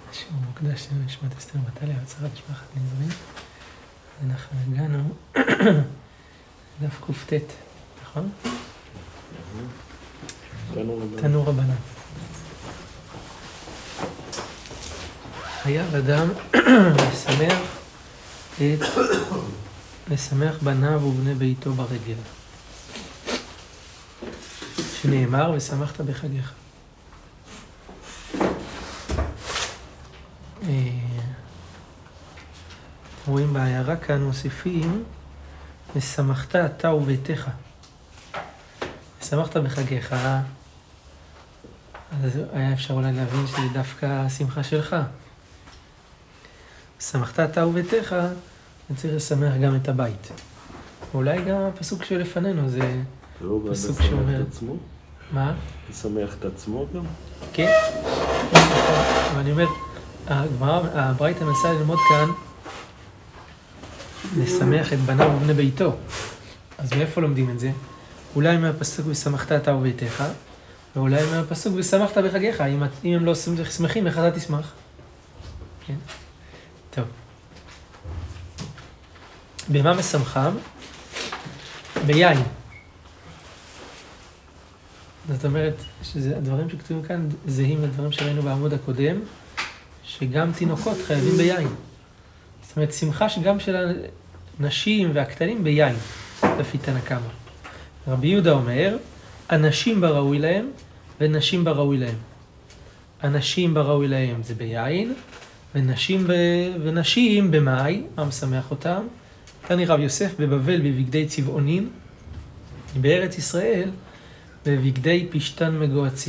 שיעור מוקדש לנשמת אסתר בת עליה והצהרת משפחת נזרים. אנחנו הגענו דף ק"ט, נכון? תנור רבנן. חייב אדם לשמח בניו ובני ביתו ברגל, שנאמר ושמחת בחגיך. רואים בעיירה כאן מוסיפים ושמחת אתה וביתך, ושמחת בחגיך. אז היה אפשר אולי להבין שזה דווקא השמחה שלך. שמחת אתה וביתך, צריך לשמח גם את הבית. אולי גם הפסוק שלפנינו זה פסוק שאומר... מה? לשמח את עצמו גם? כן. אבל אני אומר, הברייתא מנסה ללמוד כאן לשמח את בניו ובני ביתו. אז מאיפה לומדים את זה? אולי מהפסוק ושמחת אתה וביתך, ואולי מהפסוק ושמחת בחגיך. אם הם לא שמחים, איך אתה תשמח? כן. טוב. במה משמחם? ביין. זאת אומרת, הדברים שכתובים כאן זהים לדברים שראינו בעמוד הקודם, שגם תינוקות חייבים ביין. זאת אומרת, שמחה שגם של הנשים והקטנים ביין, לפי תנא קמא. רבי יהודה אומר, אנשים בראוי להם ונשים בראוי להם. אנשים בראוי להם זה ביין, ונשים במאי, מה משמח אותם? תני רב יוסף בבבל בבגדי צבעונין, בארץ ישראל בבגדי פשתן מגועצים.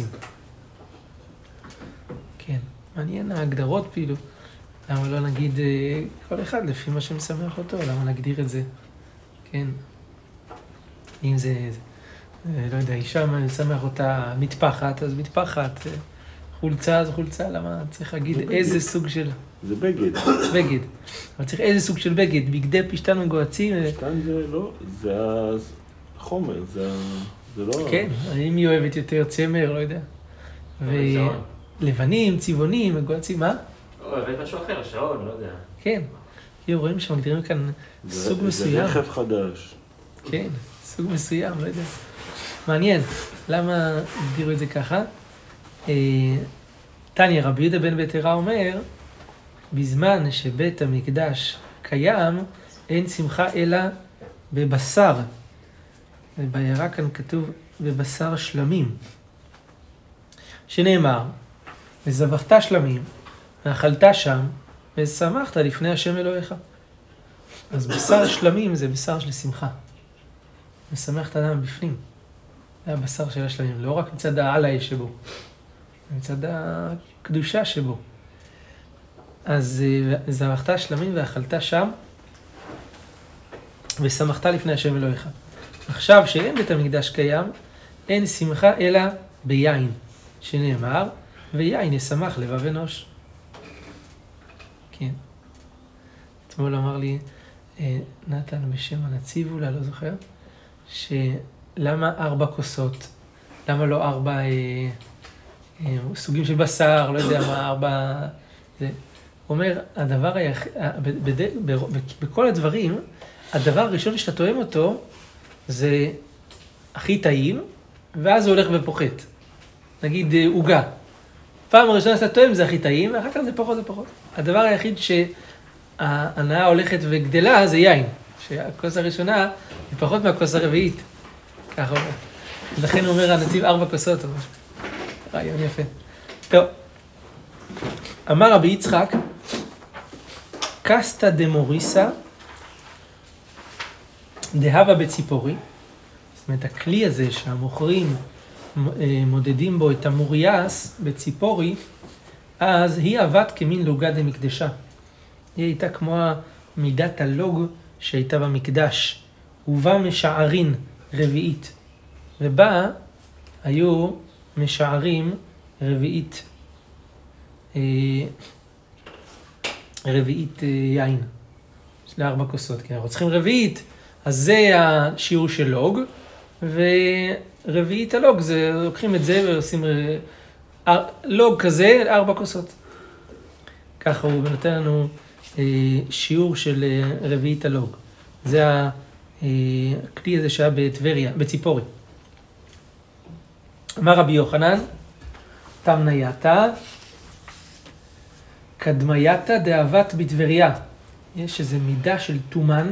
כן, מעניין ההגדרות פעילו. למה לא נגיד כל אחד לפי מה שמשמח אותו? למה נגדיר את זה? כן. אם זה לא יודע, אישה משמח אותה מטפחת, אז מטפחת. חולצה אז חולצה, למה צריך להגיד איזה סוג של... זה בגד. בגד. אבל צריך איזה סוג של בגד, בגדי פשתן מגועצים. פשתן זה לא, זה החומר, זה לא... כן, האם היא אוהבת יותר צמר, לא יודע. ולבנים, צבעונים, מגועצים, מה? אוהבת משהו אחר, שעון, לא יודע. כן, כאילו רואים שמגדירים כאן סוג מסוים. זה רכב חדש. כן, סוג מסוים, לא יודע. מעניין, למה הגדירו את זה ככה? תניא רבי יהודה בן ביתרא אומר, בזמן שבית המקדש קיים, אין שמחה אלא בבשר. ובעיירה כאן כתוב בבשר שלמים. שנאמר, וזבחת שלמים, ואכלת שם, ושמחת לפני השם אלוהיך. אז בשר שלמים זה בשר של שמחה. משמח את האדם בפנים. זה הבשר של השלמים, לא רק מצד העלי שבו, מצד הקדושה שבו. אז זבחת שלמים ואכלת שם, ושמחת לפני השם אלוהיך. עכשיו שאין בית המקדש קיים, אין שמחה אלא ביין, שנאמר, ויין ישמח לבב אנוש. כן. אתמול אמר לי נתן בשם הנציב, אולי לא זוכר, שלמה 4 כוסות? למה לא 4 סוגים של בשר, לא יודע מה, 4... זה. הוא אומר, הדבר בכל הדברים, הדבר הראשון שאתה תואם אותו, זה הכי טעים, ואז הוא הולך ופוחת. נגיד עוגה. פעם הראשונה שאתה תואם זה הכי טעים, ואחר כך זה פחות ופחות. הדבר היחיד שההנאה הולכת וגדלה זה יין. שהכוס הראשונה היא פחות מהכוס הרביעית. ככה אומר. לכן הוא אומר הנציב 4 כוסות. רעיון יפה. טוב. אמר רבי יצחק, קסטה דמוריסה דהבה בציפורי. זאת אומרת, הכלי הזה שהמוכרים מודדים בו את המוריאס בציפורי, אז היא עבד כמין לוגה דמקדשה. היא הייתה כמו מידת הלוג שהייתה במקדש. ובה משערין רביעית. ובה היו משערים רביעית יין. יש לה 4 כוסות, כי אנחנו צריכים רביעית. אז זה השיעור של לוג, ורביעית הלוג, זה לוקחים את זה ועושים לוג כזה, 4 כוסות. ככה הוא נותן לנו שיעור של רביעית הלוג. זה הכלי הזה שהיה בטבריה, בציפורי. אמר רבי יוחנן, תמנייתא, קדמייתא דאבת בטבריה. יש איזו מידה של תומן,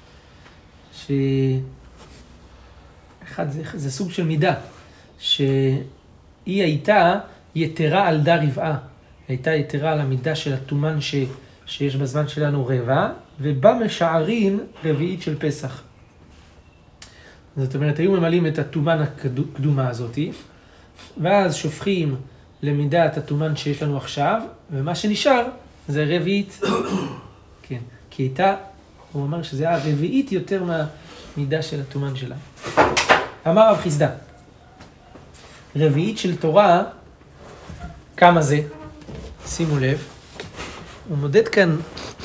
זה סוג של מידה, שהיא הייתה יתרה על דה רבעה. הייתה יתרה על המידה של התומן שיש בזמן שלנו רבע, ובה משערים רביעית של פסח. זאת אומרת, היו ממלאים את התומן הקדומה הזאת, ואז שופכים למידת התומן שיש לנו עכשיו, ומה שנשאר זה רביעית. כן, כי הייתה, הוא אומר שזה היה רביעית יותר מהמידה של התומן שלה. אמר רב חיסדא, רביעית של תורה, כמה זה? שימו לב, הוא מודד כאן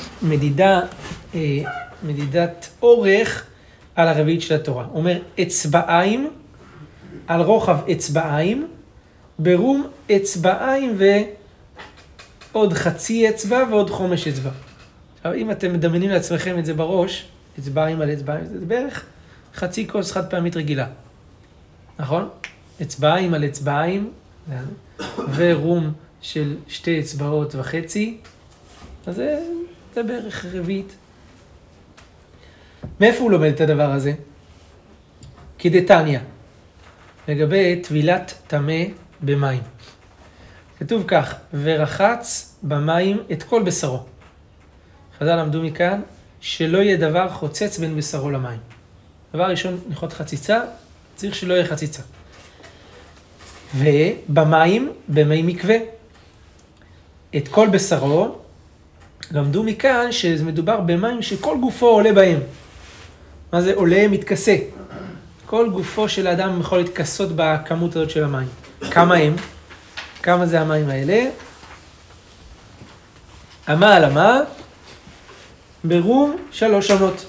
מדידת אורך על הרביעית של התורה. הוא אומר, אצבעיים, על רוחב אצבעיים, ברום אצבעיים ועוד חצי אצבע ועוד חומש אצבע. עכשיו, אם אתם מדמיינים לעצמכם את זה בראש, אצבעיים על אצבעיים, זה בערך חצי כוס חד פעמית רגילה. נכון? אצבעיים על אצבעיים, ורום של 2 אצבעות וחצי, אז זה בערך רביעית. מאיפה הוא לומד את הדבר הזה? כדתניא, לגבי טבילת טמא במים. כתוב כך, ורחץ במים את כל בשרו. חז"ל למדו מכאן, שלא יהיה דבר חוצץ בין בשרו למים. דבר ראשון, נכות חציצה, צריך שלא יהיה חציצה. ובמים, במי מקווה. את כל בשרו, למדו מכאן שמדובר במים שכל גופו עולה בהם. מה זה עולה? מתכסה. כל גופו של האדם יכול להתכסות בכמות הזאת של המים. כמה הם? כמה זה המים האלה? אמה על אמה, ברום 3 אמות.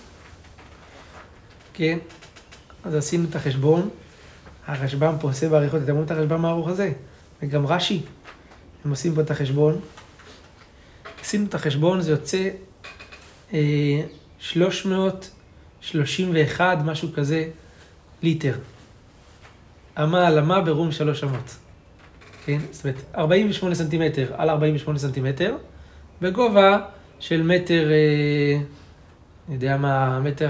כן, אז עשינו את החשבון. הרשב"ם פה עושה בעריכות, אתם רואים את הרשב"ם הארוך הזה? וגם רש"י. הם עושים פה את החשבון. עשינו את החשבון, זה יוצא 331, משהו כזה, ליטר. אמה על אמה ברום 3 אמות. כן? זאת אומרת, 48 סנטימטר על 48 סנטימטר, בגובה של מטר, אני יודע מה, מטר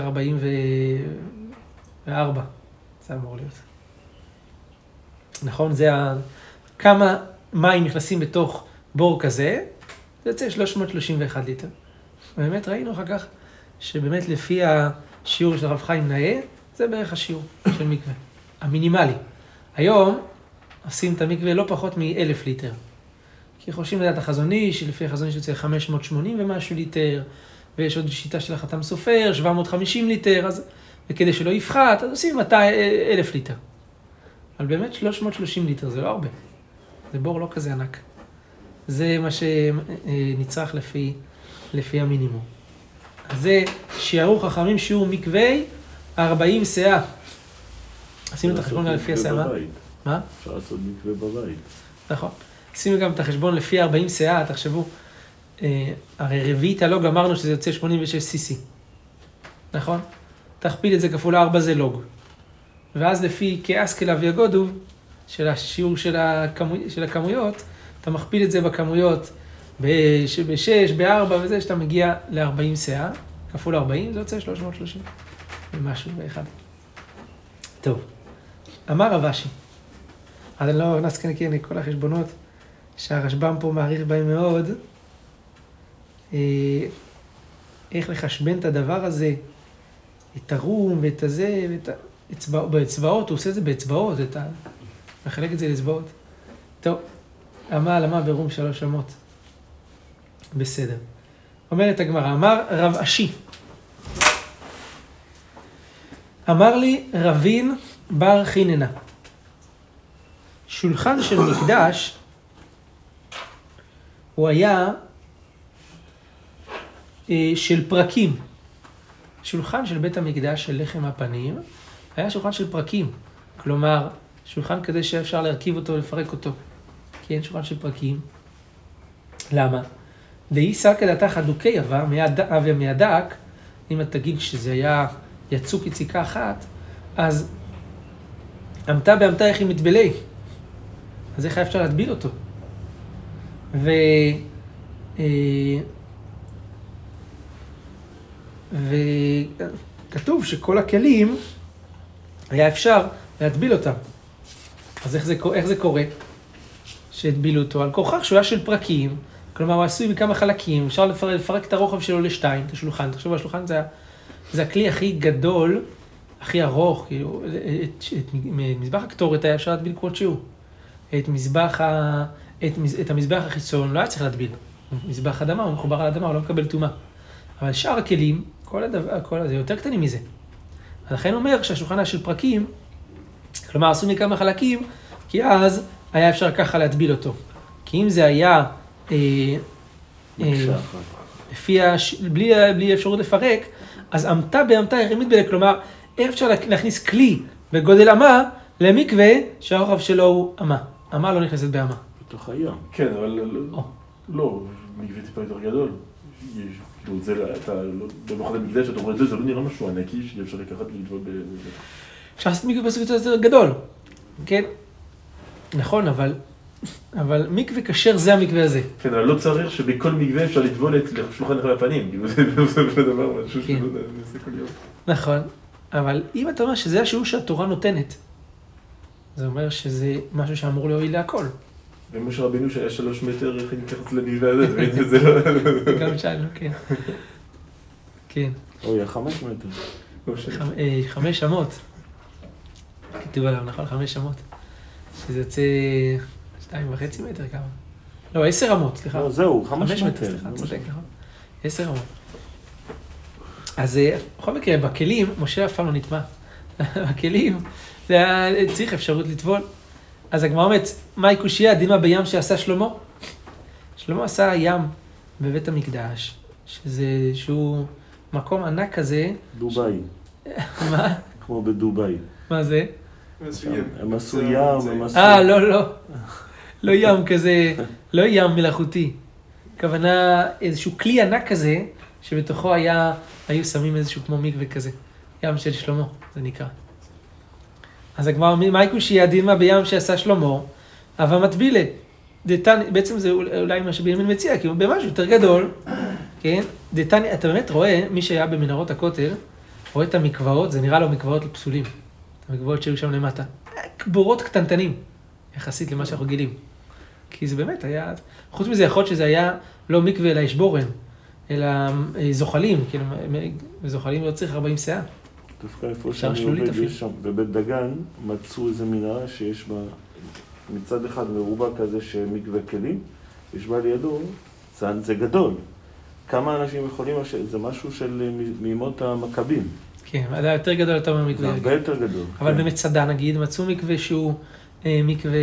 44. זה אמור להיות. נכון? זה כמה מים נכנסים בתוך בור כזה, זה יוצא 331 ליטר. באמת ראינו אחר כך שבאמת לפי השיעור של הרב חיים נאה, זה בערך השיעור של מקווה, המינימלי. היום עושים את המקווה לא פחות מ-1,000 ליטר. כי חושבים לדעת החזון איש, שלפי החזון איש יוצא 580 ומשהו ליטר, ויש עוד שיטה של החתם סופר, 750 ליטר, וכדי שלא יפחת, אז עושים 1,000 ליטר. אבל באמת 330 ליטר זה לא הרבה. זה בור לא כזה ענק. זה מה שנצרך לפי המינימום. אז זה שיערו חכמים שיעור מקווי 40 שאה. עשינו את החשבון לפי השאה. מה? אפשר לעשות מקווה בבית. נכון. עשינו גם את החשבון לפי 40 שאה, תחשבו. הרי רביעית הלוג אמרנו שזה יוצא 86 cc. נכון? תכפיל את זה כפול 4 זה לוג. ואז לפי כאסקלה ויגודו, של השיעור של הכמויות, אתה מכפיל את זה בכמויות ב-6, ב-4 וזה, שאתה מגיע ל-40 שאה, כפול 40, זה יוצא 330 ומשהו באחד. טוב, אמר רב אשי, אז אני לא נכנס כאן כל החשבונות שהרשב"ם פה מעריך בהם מאוד, איך לחשבן את הדבר הזה, את הרום ואת הזה, באצבעות, הוא עושה את זה באצבעות, מחלק את זה לאצבעות. טוב, אמה על אמה ברום 3 אמות. בסדר. אומרת הגמרא, אמר רב אשי. אמר לי רבין בר חיננה. שולחן של מקדש, הוא היה של פרקים. שולחן של בית המקדש של לחם הפנים, היה שולחן של פרקים. כלומר, שולחן כדי שאפשר להרכיב אותו ולפרק אותו. כן, שולחן של פרקים. למה? דאי סלקא דעתך אדוקי אבה מהדק, אם את תגיד שזה היה יצוק יציקה אחת, אז אמתה באמתה איך היא מתבלי. אז איך אפשר להטביל אותו? וכתוב שכל הכלים היה אפשר להטביל אותם. אז איך זה קורה? שהטבילו אותו על כוכך שהוא היה של פרקים, כלומר הוא עשוי מכמה חלקים, אפשר לפרק את הרוחב שלו לשתיים, את השולחן. תחשבו, השולחן זה הכלי הכי גדול, הכי ארוך, כאילו, את מזבח הקטורת היה אפשר להטביל כמות שהוא. את המזבח החיצון לא היה צריך להטביל. מזבח אדמה, הוא מחובר על אדמה, הוא לא מקבל טומאה. אבל שאר הכלים, כל זה יותר קטנים מזה. לכן אומר שהשולחן היה של פרקים, כלומר עשו מכמה חלקים, כי אז היה אפשר ככה להטביל אותו. כי אם זה היה בלי אפשרות לפרק, אז אמתה באמתה איך היא מתבלה, כלומר, איך אפשר להכניס כלי בגודל אמה למקווה שהרוחב שלו הוא אמה. אמה לא נכנסת באמה. בתוך הים. כן, אבל לא, מקווה טיפה יותר גדול. כאילו, אתה במחד המקדש, אתה רואה את זה, זה לא נראה משהו ענקי שאפשר לקחת ולטבול בזה. אפשר לעשות מקווה בסוג יותר גדול, כן? נכון, אבל מקווה כשר זה המקווה הזה. כן, אבל לא צריך שבכל מקווה אפשר לטבול את שולחן אחד בפנים. כאילו, זה דבר משהו שלא נעשה כל יום. נכון, אבל אם אתה אומר שזה השיעור שהתורה נותנת, זה אומר שזה משהו שאמור להועיל להכל. ומשה רבינו שהיה 3 מטר, איך ניקח את זה למקווה הזה, זה לא... גם שאלנו, כן. כן. אוי, 5 מטר. 5 אמות. כתוב עליו, נכון? 5 אמות. שזה יוצא 2.5 מטר כמה. לא, 10 אמות, סליחה. לא, זהו, 5 מטר. סליחה, צודק, נכון? 10 אמות. אז בכל מקרה, בכלים, משה אף פעם לא נטמע. בכלים, זה היה צריך אפשרות לטבול. אז הגמרא אומרת, מהי קושיה דימה בים שעשה שלמה? שלמה עשה ים בבית המקדש, שזה איזשהו מקום ענק כזה. דובאי. מה? כמו בדובאי. מה זה? הם עשו ים, הם עשו... לא. לא ים כזה, לא ים מלאכותי. הכוונה איזשהו כלי ענק כזה, שבתוכו היו שמים איזשהו כמו מקווה כזה. ים של שלמה, זה נקרא. אז הגמרא, מהי קושיה דימה בים שעשה שלמה? אבל מטבילה. בעצם זה אולי מה שבנימין מציע, כי הוא במשהו יותר גדול, כן? אתה באמת רואה, מי שהיה במנהרות הכותל, רואה את המקוואות, זה נראה לו מקוואות פסולים. המקוואות שהיו שם למטה. בורות קטנטנים, יחסית למה שאנחנו גילים. כי זה באמת היה... חוץ מזה, יכול להיות שזה היה לא מקווה אלא ישבורן, אלא זוחלים, כאילו, זוחלים לא צריך 40 שעה. דווקא איפה שאני עובד, יש שם בבית דגן, מצאו איזה מנהרה שיש בה מצד אחד מרובע כזה שמקווה כלים, יש בה לידו, זה גדול. כמה אנשים יכולים, זה משהו של מימות המכבים. כן, זה יותר גדול יותר מהמקווה. זה הרבה יותר גדול. אבל במצדה נגיד, מצאו מקווה שהוא מקווה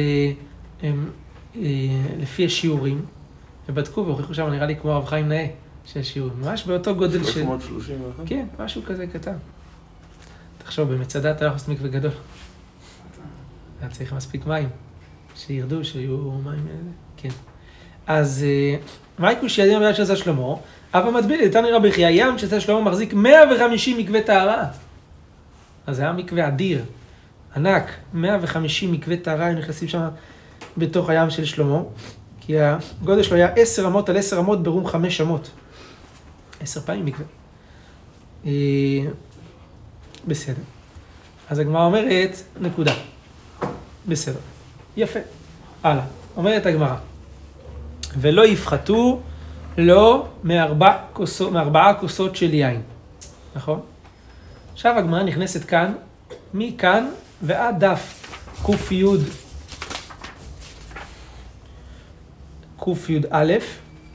לפי השיעורים, ובדקו והוכיחו שם, נראה לי כמו רב חיים נאה, של שיעורים. ממש באותו גודל של... 331? כן, משהו כזה קטן. תחשוב, במצדה אתה לא יכול לעשות מקווה גדול. היה צריך מספיק מים, שירדו, שיהיו מים, כן. אז מהי קושיה דימה בים שעשה שלמה? אבא מטביל, נתן רבי חייא, ים שעשה שלמה מחזיק 150 מקווה טהרה. אז זה היה מקווה אדיר, ענק, 150 מקווה טהרה, הם נכנסים שם בתוך הים של שלמה, כי הגודל שלו היה 10 אמות על 10 אמות ברום 5 אמות. 10 פעמים מקווה. בסדר. אז הגמרא אומרת, נקודה. בסדר. יפה. הלאה. אומרת הגמרא. ולא יפחתו לא מארבעה כוסות של יין. נכון? עכשיו הגמרא נכנסת כאן, מכאן ועד דף ק"י א',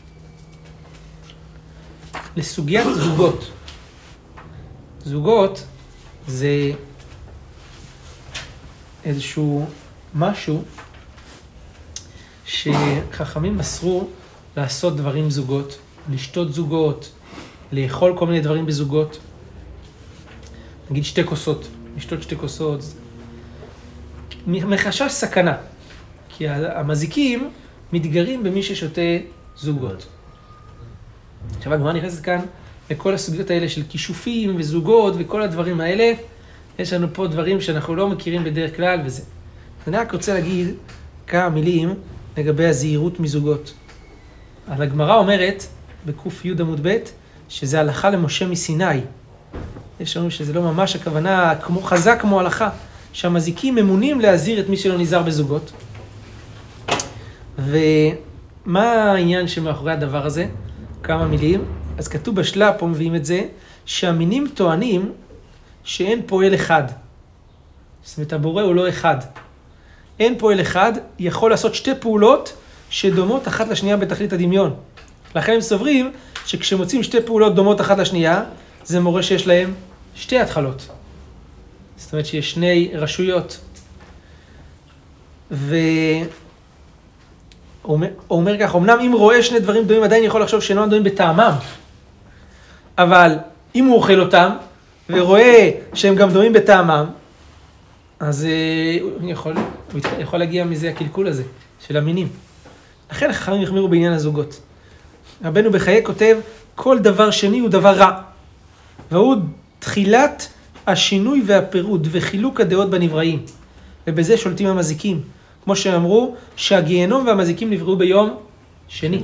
לסוגיית זוגות. זוגות זה איזשהו משהו שחכמים מסרו לעשות דברים זוגות, לשתות זוגות, לאכול כל מיני דברים בזוגות. נגיד 2 כוסות, לשתות 2 כוסות. מחשש סכנה, כי המזיקים מתגרים במי ששותה זוגות. עכשיו הגמרא נכנסת כאן לכל הסוגיות האלה של כישופים וזוגות וכל הדברים האלה. יש לנו פה דברים שאנחנו לא מכירים בדרך כלל וזה. אני רק רוצה להגיד כמה מילים לגבי הזהירות מזוגות. על הגמרא אומרת בקוף י' עמוד ב' שזה הלכה למשה מסיני. יש לנו שזה לא ממש הכוונה חזק כמו הלכה, שהמזיקים ממונים להזהיר את מי שלא נזהר בזוגות. ומה העניין שמאחורי הדבר הזה? כמה מילים. אז כתוב בשלה, פה מביאים את זה, שהמינים טוענים שאין פועל אחד. זאת אומרת, הבורא הוא לא אחד. אין פועל אחד, יכול לעשות שתי פעולות שדומות אחת לשנייה בתכלית הדמיון. לכן הם סוברים שכשמוצאים שתי פעולות דומות אחת לשנייה, זה מורה שיש להם שתי התחלות. זאת אומרת שיש שני רשויות. והוא אומר כך, אמנם אם רואה שני דברים דומים, עדיין יכול לחשוב שאינם דומים בטעמם. אבל אם הוא אוכל אותם, ורואה שהם גם דומים בטעמם, אז הוא יכול להגיע מזה הקלקול הזה, של המינים. לכן החכמים החמירו בעניין הזוגות. רבנו בחיי כותב, כל דבר שני הוא דבר רע. והוא תחילת השינוי והפירוד וחילוק הדעות בנבראים. ובזה שולטים המזיקים. כמו שאמרו, שהגיהנום והמזיקים נבראו ביום שני.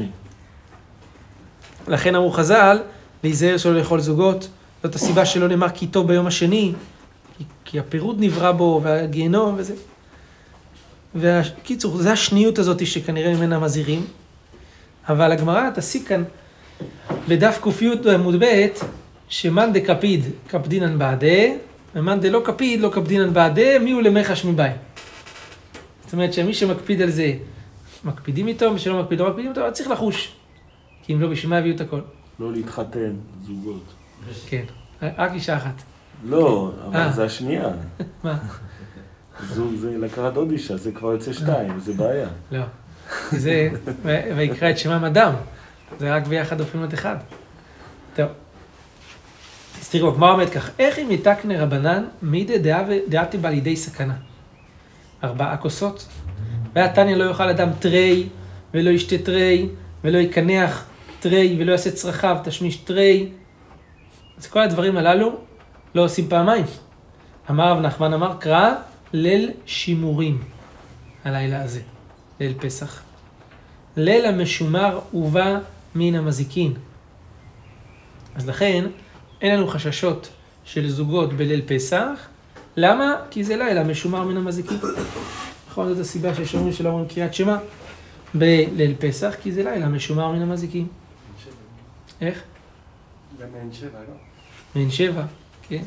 לכן אמרו חז"ל, להיזהר שלא לאכול זוגות. זאת הסיבה שלא נאמר כי טוב ביום השני, כי הפירוד נברא בו והגיהנום וזה. וקיצור, זה השניות הזאת שכנראה ממנה מזהירים. אבל הגמרא תסיק כאן בדף קופיות עמוד ב' שמאן דקפיד קפדינן בעדה, ומאן דלא קפיד לא קפדינן בעדה, מי הוא למחש מבית. זאת אומרת שמי שמקפיד על זה, מקפידים איתו, מי שלא מקפיד לא מקפידים איתו, אז צריך לחוש. כי אם לא, בשביל מה הביאו את הכל? לא להתחתן, זוגות. כן, רק אישה אחת. לא, אבל זה השנייה. מה? זוג זה לקחת עוד אישה, זה כבר יוצא שתיים, זה בעיה. לא, זה, ויקרא את שמם אדם, זה רק ביחד הופכים להיות אחד. טוב. אז תראו, הגמרא אומרת כך, איך אם יתקנה רבנן, מידי דעתי בה לידי סכנה? 4 כוסות. והתניא לא יאכל אדם תרי, ולא ישתה תרי, ולא יקנח תרי, ולא יעשה צרכיו, תשמיש תרי. אז כל הדברים הללו לא עושים פעמיים. אמר רב נחמן, אמר קרא ליל שימורים הלילה הזה, ליל פסח. ליל המשומר ובא מן המזיקין. אז לכן אין לנו חששות של זוגות בליל פסח. למה? כי זה לילה משומר מן המזיקים. נכון, זאת הסיבה ששומרים שלא אומרים קריאת שמע בליל פסח, כי זה לילה משומר מן המזיקים. איך? גם מעין 7, לא? מעין 7, כן.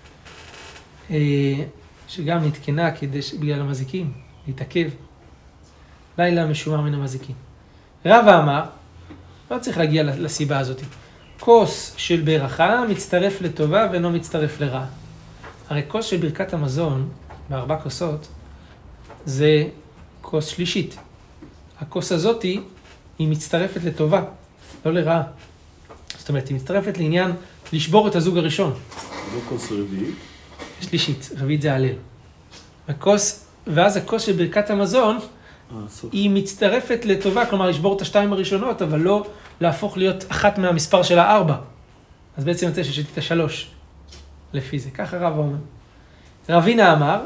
שגם נתקנה בגלל המזיקים, להתעכב. לילה משומר מן המזיקים. רבא אמר, לא צריך להגיע לסיבה הזאת. כוס של ברכה מצטרף לטובה ואינו מצטרף לרע. הרי כוס של ברכת המזון, ב4 כוסות, זה כוס שלישית. הכוס הזאת היא מצטרפת לטובה, לא לרעה. זאת אומרת, היא מצטרפת לעניין לשבור את הזוג הראשון. לא כוס רביעית? שלישית, רביעית זה הלל. ואז הכוס של ברכת המזון, היא מצטרפת לטובה, כלומר לשבור את 2 הראשונות, אבל לא להפוך להיות אחת מהמספר של 4. אז בעצם יוצא ששתית 3. לפי זה, ככה רבא אומר. רבינה אמר,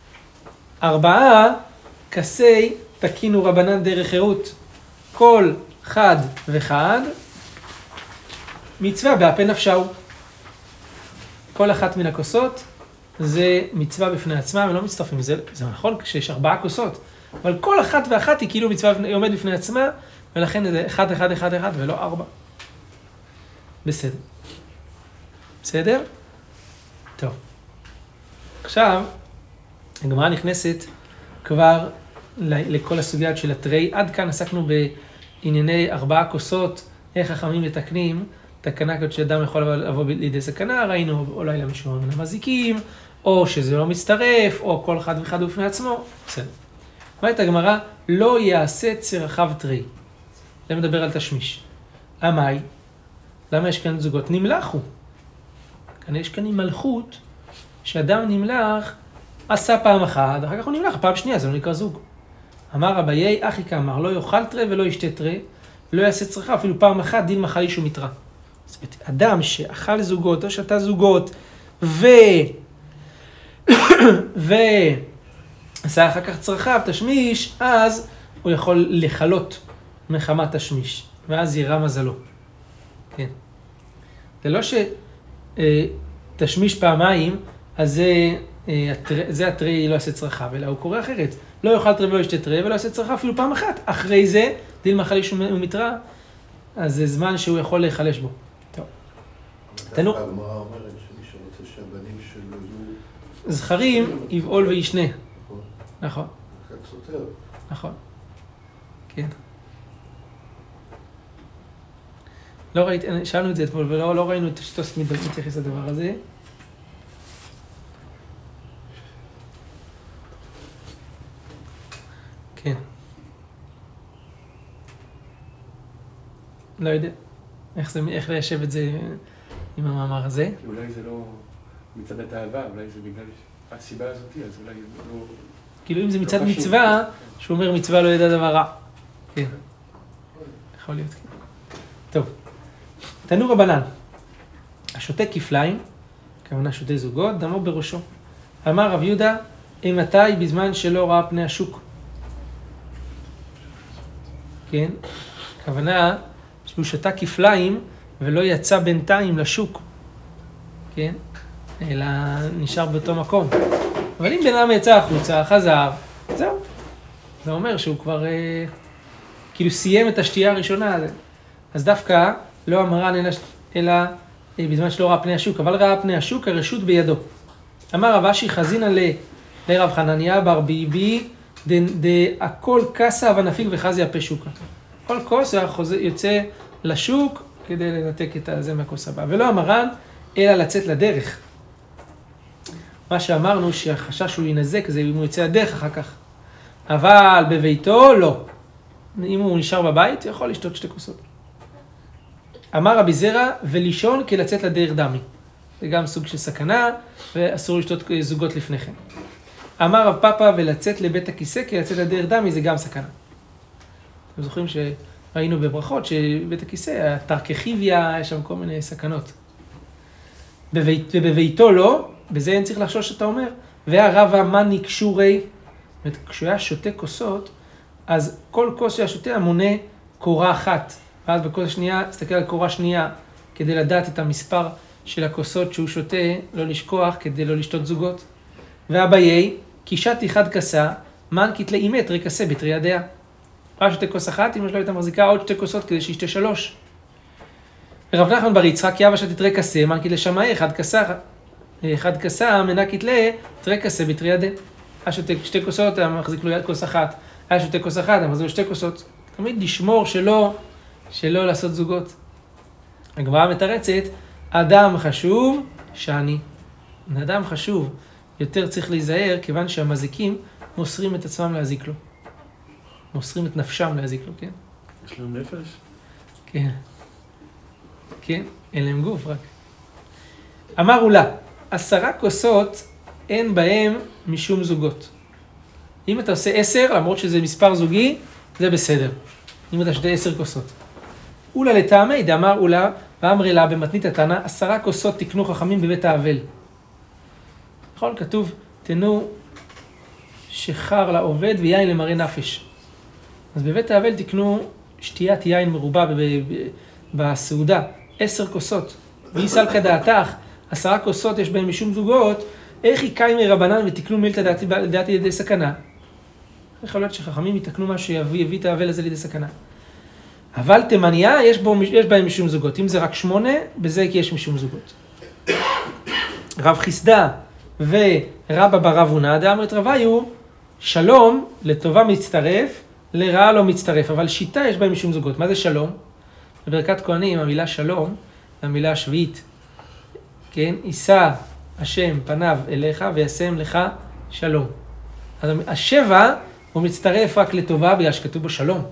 4 כסי תקינו רבנן דרך חירות. כל חד וחד, מצווה באפה נפשהו. כל אחת מן הכוסות זה מצווה בפני עצמה, ולא מצטרפים. זה נכון כשיש 4 כוסות, אבל כל אחת ואחת היא כאילו מצווה, היא עומד בפני עצמה, ולכן זה 1, 1, 1, 1 ולא 4. בסדר. בסדר? טוב. עכשיו, הגמרא נכנסת כבר לכל הסוגיות של התרי. עד כאן עסקנו בענייני 4 כוסות, איך חכמים מתקנים, תקנה כזאת שאדם יכול לבוא לידי סכנה, ראינו אולי למשהו מן המזיקים, או שזה לא מצטרף, או כל אחד ואחד בפני עצמו. בסדר. אומרת הגמרא, לא יעשה צרכיו תרי. זה מדבר על תשמיש. אמי, למה יש כאן זוגות? נמלחו. כאן יש כאן מלכות, שאדם נמלח, עשה פעם אחת, אחר כך הוא נמלח, פעם שנייה, זה לא נקרא זוג. אמר אביי, אחי כאמר, לא יאכל תרי ולא ישתה תרי, לא יעשה צריכה, אפילו פעם אחת דין מחל איש ומתרה. זאת אומרת, אדם שאכל זוגות או שתה זוגות, ועשה אחר כך צרכיו, תשמיש, אז הוא יכול לחלות מחמת תשמיש, ואז יראה מזלו. כן. זה לא שתשמיש פעמיים, אז זה התרי לא יעשה צרכיו, אלא הוא קורא אחרת. לא יאכל תרי ולא ישתה תרי, ולא יעשה צרכיו אפילו פעם אחת. אחרי זה, דין מחל איש ומתרה, אז זה זמן שהוא יכול להיחלש בו. טוב. תנו. הגמרא אומרת שמי שרוצה שהבנים שלו יהיו... זכרים, יבעול וישנה. נכון. רק סותר. נכון. כן. לא ראיתי, שאלנו את זה אתמול, ולא ראינו את שטוס מתייחס לדבר הזה. כן. לא יודע. איך ליישב את זה עם המאמר הזה? אולי זה לא מצד התאווה, אולי זה בגלל הסיבה הזאת, אז אולי זה לא... כאילו אם זה מצד מצווה, שהוא אומר מצווה לא ידע דבר רע. כן. יכול להיות, כן. טוב. תנו רבנן. השותה כפליים, כמובן שותה זוגות, דמו בראשו. אמר רב יהודה, אימתי בזמן שלא ראה פני השוק. כן? הכוונה שהוא שתה כפליים ולא יצא בינתיים לשוק. כן? אלא נשאר באותו מקום. אבל אם בן אדם יצא החוצה, חזר, זהו. זה אומר שהוא כבר כאילו סיים את השתייה הראשונה. אז דווקא לא המרן אלא בזמן שלא ראה פני השוק, אבל ראה פני השוק, הרשות בידו. אמר רב אשי חזינא לרב חנניה בר ביבי, הכל כסה ונפיק וחזי הפה שוקה. כל כוס יוצא לשוק כדי לנתק את זה מהכוס הבא. ולא המרן אלא לצאת לדרך. מה שאמרנו שהחשש הוא ינזק, זה אם הוא יוצא לדרך אחר כך. אבל בביתו לא. אם הוא נשאר בבית, הוא יכול לשתות 2 כוסות. אמר רבי זרע, ולישון כלצאת לדרך דמי. זה גם סוג של סכנה, ואסור לשתות זוגות לפני כן. אמר רב פאפא, ולצאת לבית הכיסא כלצאת לדרך דמי, זה גם סכנה. אתם זוכרים שראינו בברכות שבית הכיסא, התרקחיביה, יש שם כל מיני סכנות. ובביתו לא, בזה אין צריך לחשוש שאתה אומר. והרבא מני קשורי, כשהוא היה שותה כוסות, אז כל כוס שהיה שותה המונה קורה אחת. ואז בכוס השנייה, תסתכל על קורה שנייה, כדי לדעת את המספר של הכוסות שהוא שותה, לא לשכוח, כדי לא לשתות זוגות. ואביי, קישת אחד כסה, מן כתלי אימת רקסה בתרי ידיה. רק שותה כוס אחת, אמא שלו הייתה מחזיקה עוד 2 כוסות כדי שישתה 3. ורב נחמן בר יצחק, יבא שתת רקסה, מן כתלי שמאי, אחד כסה, מנה כתלי רקסה בתרי ידיה. היה שותה 2 כוסות, היה מחזיק לו יד כוס אחת. היה שותה כוס אחת, היה מחזיק לו 2 כוסות. תמיד לשמור שלא לעשות זוגות. הגמרא מתרצת, אדם חשוב, שאני. אדם חשוב, יותר צריך להיזהר, כיוון שהמזיקים מוסרים את עצמם להזיק לו. מוסרים את נפשם להזיק לו, כן? יש להם נפש? כן. כן, אין להם גוף רק. אמר אולה, 10 כוסות אין בהם משום זוגות. אם אתה עושה 10, למרות שזה מספר זוגי, זה בסדר. אם אתה שותה 10 כוסות. אולה לטעמי, דאמר אולה, ואמרי לה במתנית התנא, 10 כוסות תקנו חכמים בבית האבל. נכון? כתוב, תנו שחר לעובד ויין למראה נפש. אז בבית האבל תקנו שתיית יין מרובה בסעודה, 10 כוסות. ויסל כדעתך, 10 כוסות יש בהם משום זוגות, איך יקיים מרבנן ותקנו מילתא דעתי לידי סכנה? יכול להיות שחכמים יתקנו מה שיביא את האבל הזה לידי סכנה. אבל תימניה יש בהם משום זוגות. אם זה רק 8, בזה יש משום זוגות. רב חיסדא ורבא בר אבונה, דאמרת רביו, שלום לטובה מצטרף, לרעה לא מצטרף. אבל שיטה יש בהם משום זוגות. מה זה שלום? בברכת כהנים, המילה שלום, המילה השביעית. כן? יישא השם פניו אליך וישם לך שלום. אז השבע הוא מצטרף רק לטובה בגלל שכתוב בו שלום.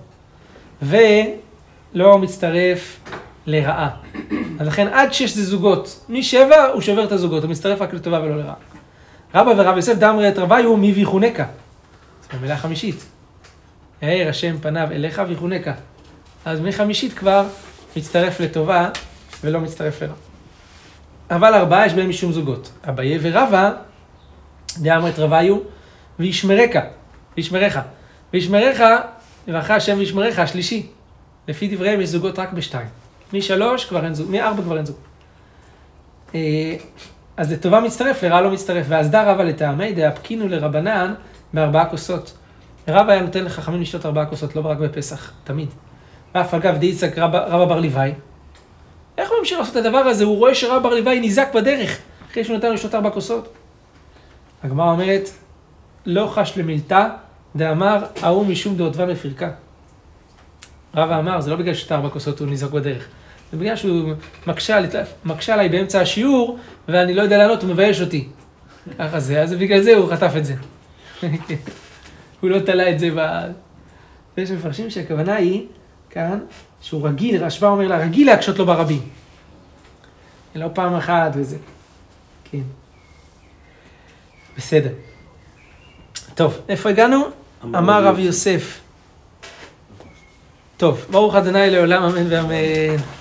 ולא מצטרף לרעה. אז לכן עד 6 זה זוגות. מ7 הוא שובר את הזוגות, הוא מצטרף רק לטובה ולא לרעה. רבא ורב יוסף דאמרי את רביו מי ויחונקה. זו המילה החמישית. יאר השם פניו אליך ויחונקה. אז מחמישית כבר מצטרף לטובה ולא מצטרף לרע. אבל 4 יש בהם משום זוגות. אביי ורבא, דאמרת רביו, וישמרך, יברך השם וישמרך, השלישי. לפי דבריהם יש זוגות רק ב2. מ3 כבר אין זוג, מ4 כבר אין זוג. אז לטובה מצטרף, לרע לא מצטרף. והסדר רבא לטעמי, דאפקינו לרבנן ב4 כוסות. רבא היה נותן לחכמים לשתות 4 כוסות, לא רק בפסח, תמיד. ואף אגב דאיצק רבא בר לוואי. איך הוא ממשיך לעשות את הדבר הזה? הוא רואה שרבא בר לוואי ניזק בדרך, אחרי שהוא נתן לשתות 4 כוסות. הגמרא אומרת, לא חש למילתא, דאמר, ההוא משום דעותיו לפרקה. רבא אמר, זה לא בגלל ששתה 4 כוסות הוא ניזק בדרך. זה בגלל שהוא מקשה עליי באמצע השיעור, ואני לא יודע לענות, הוא מבייש אותי. ככה זה, אז בגלל זה הוא חטף את זה. הוא לא תלה את זה יש מפרשים שהכוונה היא, כאן, שהוא רגיל, רשב"א אומר לה, רגיל להקשות לו ברבים. לא פעם אחת וזה. כן. בסדר. טוב, איפה הגענו? אמר רב יוסף. טוב, ברוך ה' לעולם, אמן ואמן.